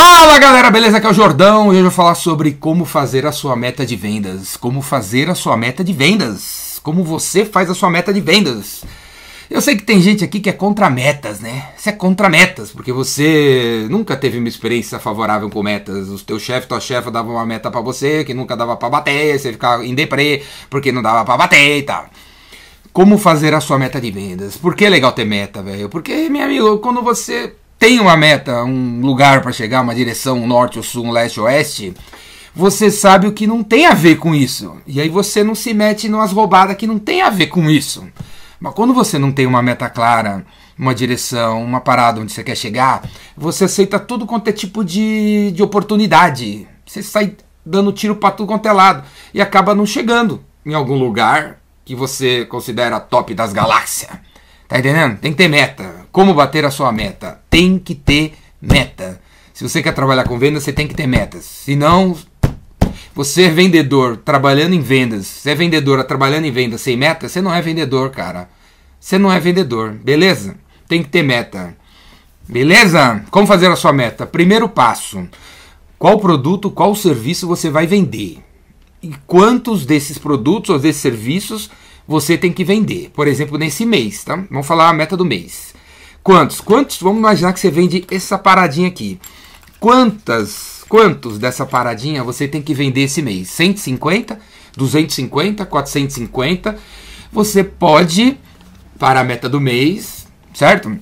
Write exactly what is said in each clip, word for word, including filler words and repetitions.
Fala galera, beleza? Aqui é o Jordão e hoje eu vou falar sobre como fazer a sua meta de vendas. Como fazer a sua meta de vendas. Como você faz a sua meta de vendas. Eu sei que tem gente aqui que é contra metas, né? Você é contra metas, porque você nunca teve uma experiência favorável com metas. Os teus chefes, tua chefe davam uma meta pra você que nunca dava pra bater, você ficava em deprê porque não dava pra bater e tal. Como fazer a sua meta de vendas? Por que é legal ter meta, velho? Porque, meu amigo, quando você tem uma meta, um lugar para chegar, uma direção, um norte, um sul, um leste, um oeste, você sabe o que não tem a ver com isso. E aí você não se mete numas roubadas que não tem a ver com isso. Mas quando você não tem uma meta clara, uma direção, uma parada onde você quer chegar, você aceita tudo quanto é tipo de, de oportunidade. Você sai dando tiro para tudo quanto é lado e acaba não chegando em algum lugar que você considera top das galáxias. Tá entendendo? Tem que ter meta. Como bater a sua meta? Tem que ter meta. Se você quer trabalhar com vendas, você tem que ter metas. Se não, você é vendedor trabalhando em vendas, você é vendedora trabalhando em vendas sem meta, você não é vendedor, cara. Você não é vendedor, beleza? Tem que ter meta. Beleza? Como fazer a sua meta? Primeiro passo. Qual produto, qual serviço você vai vender? E quantos desses produtos ou desses serviços você tem que vender? Por exemplo, nesse mês, tá? Vamos falar a meta do mês. Quantos? Quantos? Vamos imaginar que você vende essa paradinha aqui. Quantas, quantos dessa paradinha você tem que vender esse mês? cento e cinquenta? duzentos e cinquenta? quatrocentos e cinquenta? Você pode, para a meta do mês, certo?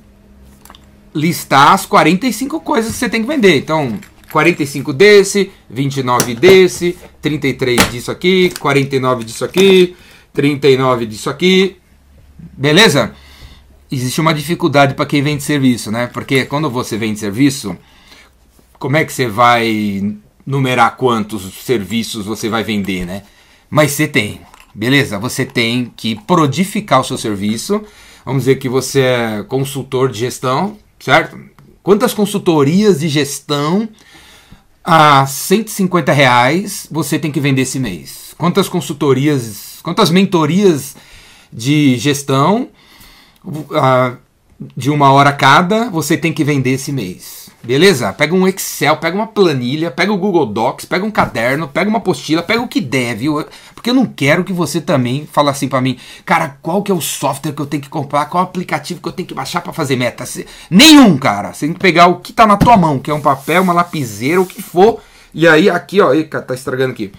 Listar as quarenta e cinco coisas que você tem que vender. Então, quarenta e cinco desse, vinte e nove desse, trinta e três disso aqui, quarenta e nove disso aqui, trinta e nove disso aqui. Beleza? Existe uma dificuldade para quem vende serviço, né? Porque quando você vende serviço, como é que você vai numerar quantos serviços você vai vender, né? Mas você tem, beleza? Você tem que prodificar o seu serviço. Vamos dizer que você é consultor de gestão, certo? Quantas consultorias de gestão a cento e cinquenta reais você tem que vender esse mês? Quantas consultorias, quantas mentorias de gestão uh, de uma hora cada você tem que vender esse mês? Beleza? Pega um Excel, pega uma planilha, pega o Google Docs, pega um caderno, pega uma apostila, pega o que der, viu? Porque eu não quero que você também fale assim pra mim, cara, qual que é o software que eu tenho que comprar, qual é o aplicativo que eu tenho que baixar pra fazer meta? Nenhum, cara. Você tem que pegar o que tá na tua mão, que é um papel, uma lapiseira, o que for, e aí aqui, ó, eita, tá estragando aqui.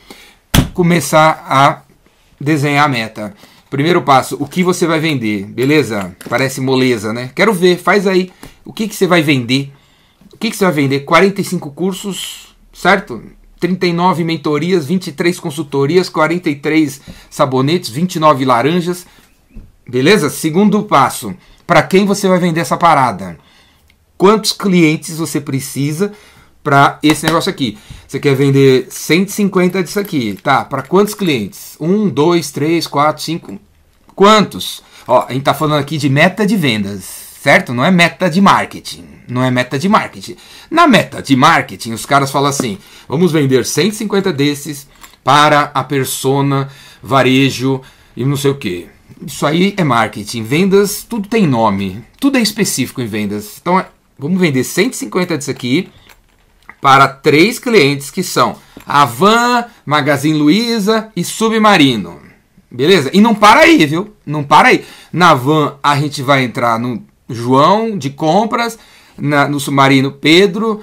Começar a desenhar a meta. Primeiro passo, o que você vai vender, beleza? Parece moleza, né? Quero ver, faz aí. O que, que você vai vender? O que, que você vai vender? quarenta e cinco cursos, certo? trinta e nove mentorias, vinte e três consultorias, quarenta e três sabonetes, vinte e nove laranjas. Beleza? Segundo passo, para quem você vai vender essa parada? Quantos clientes você precisa para esse negócio aqui? Você quer vender cento e cinquenta disso aqui, tá? Para quantos clientes? Um, dois, três, quatro, cinco. Quantos? Ó, a gente tá falando aqui de meta de vendas, certo? Não é meta de marketing. Não é meta de marketing. Na meta de marketing, os caras falam assim, vamos vender cento e cinquenta desses para a persona, varejo e não sei o que. Isso aí é marketing. Vendas, tudo tem nome. Tudo é específico em vendas. Então, é, vamos vender cento e cinquenta disso aqui para três clientes que são Havan, Magazine Luiza e Submarino. Beleza? E não para aí, viu? Não para aí. Na Havan a gente vai entrar no João de compras, na, no Submarino Pedro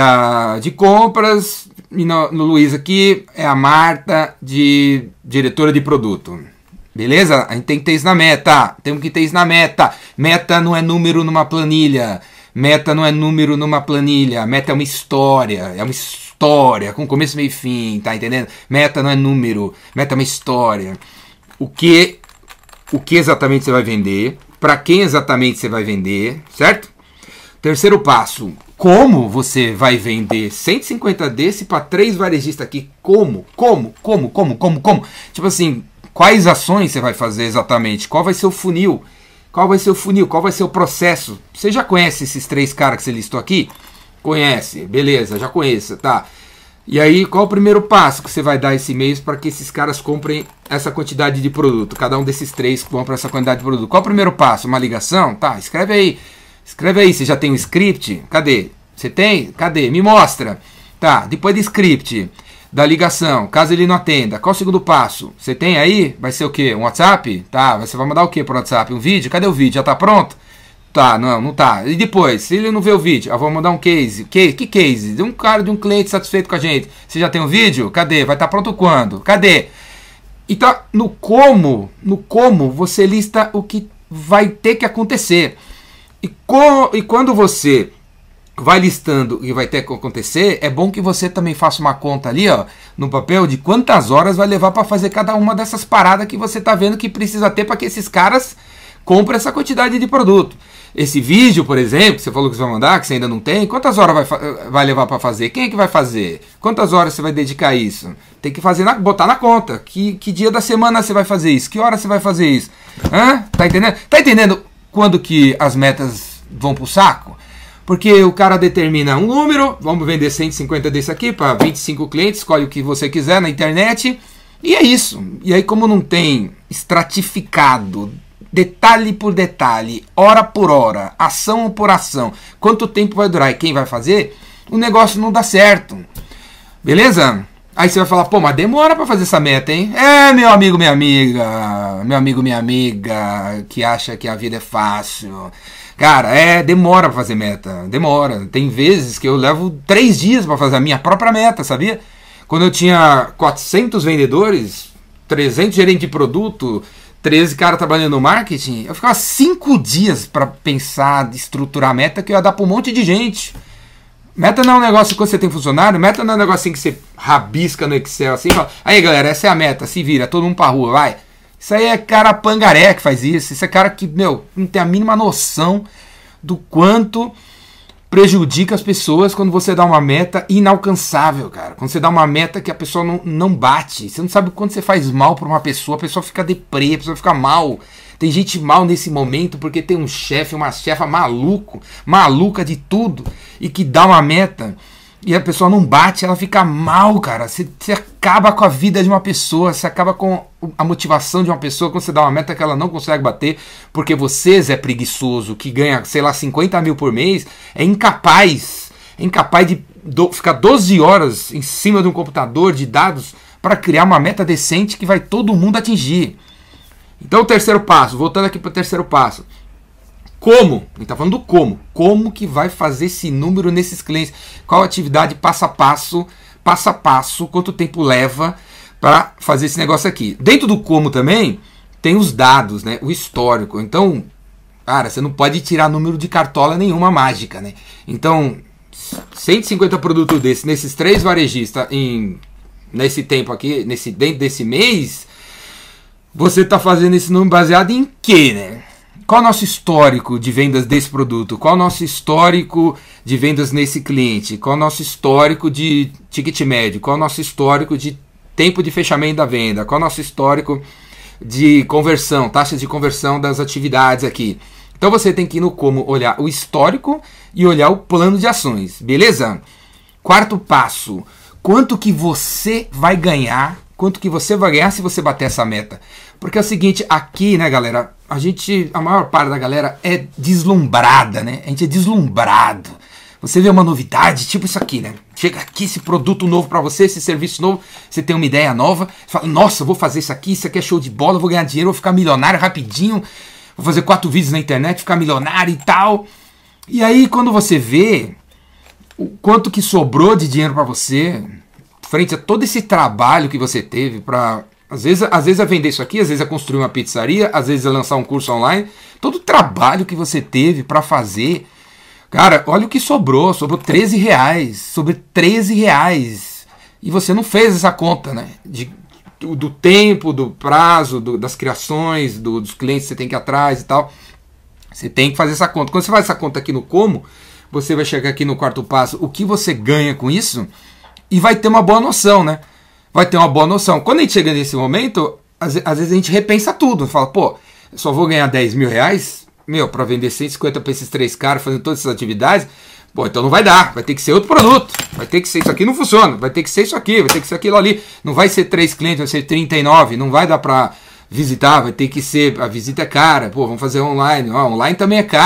da, de compras, e no, no Luiza aqui é a Marta de diretora de produto. Beleza? A gente tem que ter isso na meta. Temos que ter isso na meta. Meta não é número numa planilha. Meta não é número numa planilha. Meta é uma história. É uma história com começo, meio e fim. Tá entendendo? Meta não é número. Meta é uma história. O que, o que exatamente você vai vender? Para quem exatamente você vai vender? Certo? Terceiro passo. Como você vai vender cento e cinquenta desse para três varejistas aqui? Como? Como? Como? Como? Como? Como? Tipo assim, quais ações você vai fazer exatamente? Qual vai ser o funil? Qual vai ser o funil? Qual vai ser o processo? Você já conhece esses três caras que você listou aqui? Conhece, beleza, já conheço, tá. E aí, qual o primeiro passo que você vai dar esse mês para que esses caras comprem essa quantidade de produto? Cada um desses três compra essa quantidade de produto. Qual o primeiro passo? Uma ligação? Tá, escreve aí. Escreve aí, você já tem um script? Cadê? Você tem? Cadê? Me mostra. Tá, depois do script, da ligação, caso ele não atenda, qual o segundo passo? Você tem aí? Vai ser o quê? Um WhatsApp? Tá, você vai mandar o quê pro WhatsApp? Um vídeo? Cadê o vídeo? Já tá pronto? Tá, não, não tá. E depois, se ele não vê o vídeo, eu vou mandar um case. Que, que case? De um cara, de um cliente satisfeito com a gente. Você já tem um vídeo? Cadê? Vai estar tá pronto quando? Cadê? Então, no como, no como, você lista o que vai ter que acontecer. E, com, e quando você vai listando o que vai ter que acontecer, é bom que você também faça uma conta ali, ó, no papel, de quantas horas vai levar para fazer cada uma dessas paradas que você tá vendo que precisa ter para que esses caras comprem essa quantidade de produto. Esse vídeo, por exemplo, que você falou que você vai mandar, que você ainda não tem, quantas horas vai, vai levar para fazer? Quem é que vai fazer? Quantas horas você vai dedicar a isso? Tem que fazer na, botar na conta. Que, que dia da semana você vai fazer isso? Que hora você vai fazer isso? Hã? Tá entendendo? Tá entendendo quando que as metas vão pro saco? Porque o cara determina um número, vamos vender cento e cinquenta desse aqui para vinte e cinco clientes, escolhe o que você quiser na internet, e é isso. E aí, como não tem estratificado, detalhe por detalhe, hora por hora, ação por ação, quanto tempo vai durar e quem vai fazer, o negócio não dá certo. Beleza? Aí você vai falar, pô, mas demora para fazer essa meta, hein? É, meu amigo, minha amiga, meu amigo, minha amiga, que acha que a vida é fácil. Cara, é, demora pra fazer meta, demora. Tem vezes que eu levo três dias para fazer a minha própria meta, sabia? Quando eu tinha quatrocentos vendedores, trezentos gerentes de produto, treze caras trabalhando no marketing, eu ficava cinco dias para pensar, estruturar a meta que eu ia dar pra um monte de gente. Meta não é um negócio quando você tem funcionário, meta não é um negocinho que você rabisca no Excel assim, fala, aí galera, essa é a meta, se vira, todo mundo pra rua, vai. Isso aí é cara pangaré que faz isso. Isso é cara que, meu, não tem a mínima noção do quanto prejudica as pessoas quando você dá uma meta inalcançável, cara. Quando você dá uma meta que a pessoa não, não bate. Você não sabe quando você faz mal pra uma pessoa, a pessoa fica deprê, a pessoa fica mal. Tem gente mal nesse momento porque tem um chefe, uma chefa maluco, maluca de tudo, e que dá uma meta e a pessoa não bate, ela fica mal, cara. Você, você acaba com a vida de uma pessoa, você acaba com a motivação de uma pessoa quando você dá uma meta que ela não consegue bater, porque você, Zé preguiçoso, que ganha, sei lá, cinquenta mil por mês, é incapaz, é incapaz de do, ficar doze horas em cima de um computador de dados para criar uma meta decente que vai todo mundo atingir. Então o terceiro passo, voltando aqui para o terceiro passo. Como? A gente está falando do como. Como que vai fazer esse número nesses clientes? Qual a atividade passo a passo, passo a passo, quanto tempo leva para fazer esse negócio aqui? Dentro do como também, tem os dados, né? O histórico. Então, cara, você não pode tirar número de cartola nenhuma mágica, né? Então, cento e cinquenta produtos desses, nesses três varejistas, em, nesse tempo aqui, nesse, dentro desse mês, você está fazendo esse número baseado em quê, né? Qual é o nosso histórico de vendas desse produto? Qual é o nosso histórico de vendas nesse cliente? Qual é o nosso histórico de ticket médio? Qual é o nosso histórico de tempo de fechamento da venda? Qual é o nosso histórico de conversão, taxas de conversão das atividades aqui? Então você tem que ir no como olhar o histórico e olhar o plano de ações, beleza? Quarto passo, quanto que você vai ganhar? Quanto que você vai ganhar se você bater essa meta? Porque é o seguinte, aqui, né, galera, a gente, a maior parte da galera é deslumbrada, né? A gente é deslumbrado. Você vê uma novidade, tipo isso aqui, né? Chega aqui esse produto novo pra você, esse serviço novo, você tem uma ideia nova, você fala, nossa, vou fazer isso aqui, isso aqui é show de bola, vou ganhar dinheiro, vou ficar milionário rapidinho, vou fazer quatro vídeos na internet, ficar milionário e tal. E aí, quando você vê o quanto que sobrou de dinheiro pra você, frente a todo esse trabalho que você teve pra... Às vezes, às vezes é vender isso aqui, às vezes é construir uma pizzaria, às vezes é lançar um curso online. Todo o trabalho que você teve para fazer. Cara, olha o que sobrou. Sobrou treze reais. Sobre treze reais. E você não fez essa conta, né? De, do, do tempo, do prazo, do, das criações, do, dos clientes que você tem que ir atrás e tal. Você tem que fazer essa conta. Quando você faz essa conta aqui no como, você vai chegar aqui no quarto passo, o que você ganha com isso, e vai ter uma boa noção, né? Vai ter uma boa noção. Quando a gente chega nesse momento, às, às vezes a gente repensa tudo. Fala, pô, eu só vou ganhar dez mil reais, meu, para vender cento e cinquenta para esses três caras fazendo todas essas atividades. Pô, então não vai dar. Vai ter que ser outro produto. Vai ter que ser isso aqui, não funciona. Vai ter que ser isso aqui, vai ter que ser aquilo ali. Não vai ser três clientes, vai ser trinta e nove. Não vai dar para visitar, vai ter que ser... A visita é cara. Pô, vamos fazer online. Ó, online também é caro.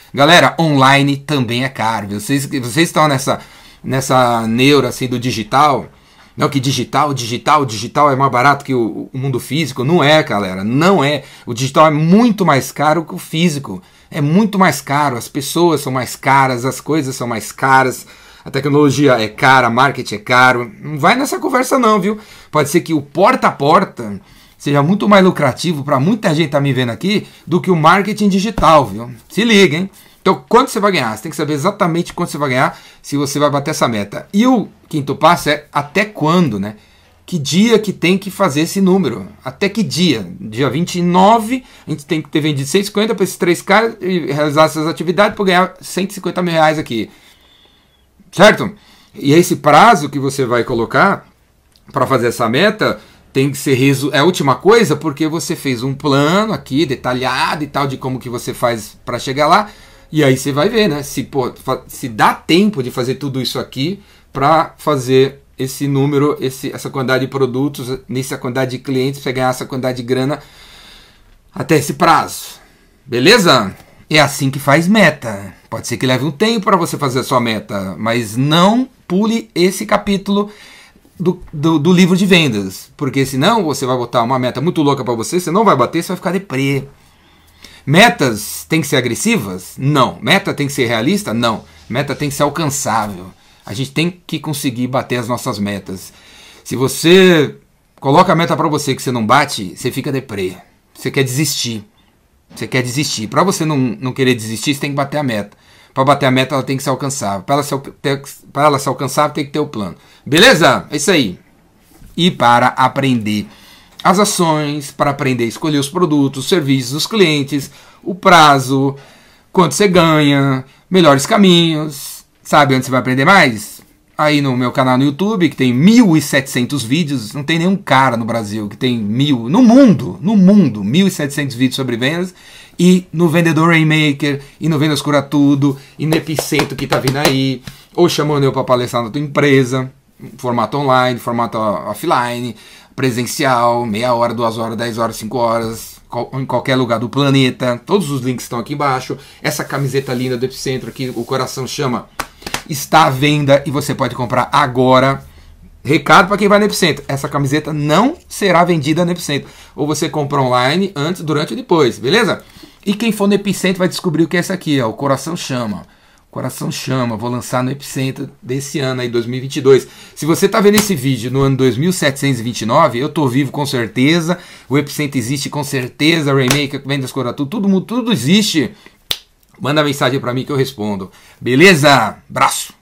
Galera, online também é caro. Vocês, vocês estão nessa, nessa neura assim do digital. Não, que digital, digital, digital é mais barato que o, o mundo físico. Não é, galera, não é. O digital é muito mais caro que o físico. É muito mais caro, as pessoas são mais caras, as coisas são mais caras, a tecnologia é cara, marketing é caro. Não vai nessa conversa não, viu? Pode ser que o porta a porta seja muito mais lucrativo para muita gente que tá me vendo aqui do que o marketing digital, viu? Se liga, hein? Então, quanto você vai ganhar? Você tem que saber exatamente quanto você vai ganhar se você vai bater essa meta. E o quinto passo é até quando, né? Que dia que tem que fazer esse número? Até que dia? Dia vinte e nove, a gente tem que ter vendido cento e cinquenta para esses três caras e realizar essas atividades para ganhar cento e cinquenta mil reais aqui. Certo? E esse prazo que você vai colocar para fazer essa meta tem que ser resu- é a última coisa, porque você fez um plano aqui detalhado e tal de como que você faz para chegar lá. E aí você vai ver, né? Se, pô, se dá tempo de fazer tudo isso aqui para fazer esse número, esse, essa quantidade de produtos, nessa quantidade de clientes, para ganhar essa quantidade de grana até esse prazo. Beleza? É assim que faz meta. Pode ser que leve um tempo para você fazer a sua meta, mas não pule esse capítulo do, do, do livro de vendas, porque senão você vai botar uma meta muito louca para você, você não vai bater, você vai ficar deprê. Metas tem que ser agressivas? Não. Meta tem que ser realista? Não. Meta tem que ser alcançável. A gente tem que conseguir bater as nossas metas. Se você coloca a meta para você que você não bate, você fica deprê. Você quer desistir. Você quer desistir. Para você não, não querer desistir, você tem que bater a meta. Para bater a meta, ela tem que ser alcançável. Para ela ser, para ela ser alcançável, tem que ter o plano. Beleza? É isso aí. E para aprender as ações, para aprender a escolher os produtos, os serviços, os clientes, o prazo, quanto você ganha, melhores caminhos. Sabe onde você vai aprender mais? Aí no meu canal no YouTube, que tem mil e setecentos vídeos, não tem nenhum cara no Brasil que tem mil, no mundo, no mundo, mil e setecentos vídeos sobre vendas, e no Vendedor Rainmaker, e no Vendas Cura Tudo, e no Epicentro que tá vindo aí, ou chamando eu para palestrar na tua empresa, formato online, formato offline, presencial, meia hora, duas horas, dez horas, cinco horas, em qualquer lugar do planeta. Todos os links estão aqui embaixo. Essa camiseta linda do Epicentro aqui, o coração chama, está à venda e você pode comprar agora. Recado para quem vai no Epicentro: essa camiseta não será vendida no Epicentro. Ou você compra online antes, durante ou depois, beleza? E quem for no Epicentro vai descobrir o que é essa aqui, ó, o coração chama. Coração chama, vou lançar no Epicentro desse ano aí, dois mil e vinte e dois. Se você tá vendo esse vídeo no ano dois mil setecentos e vinte e nove, eu tô vivo com certeza, o Epicentro existe com certeza, Rainmaker, Vendas Cura Tudo, tudo, tudo existe. Manda mensagem pra mim que eu respondo. Beleza? Abraço!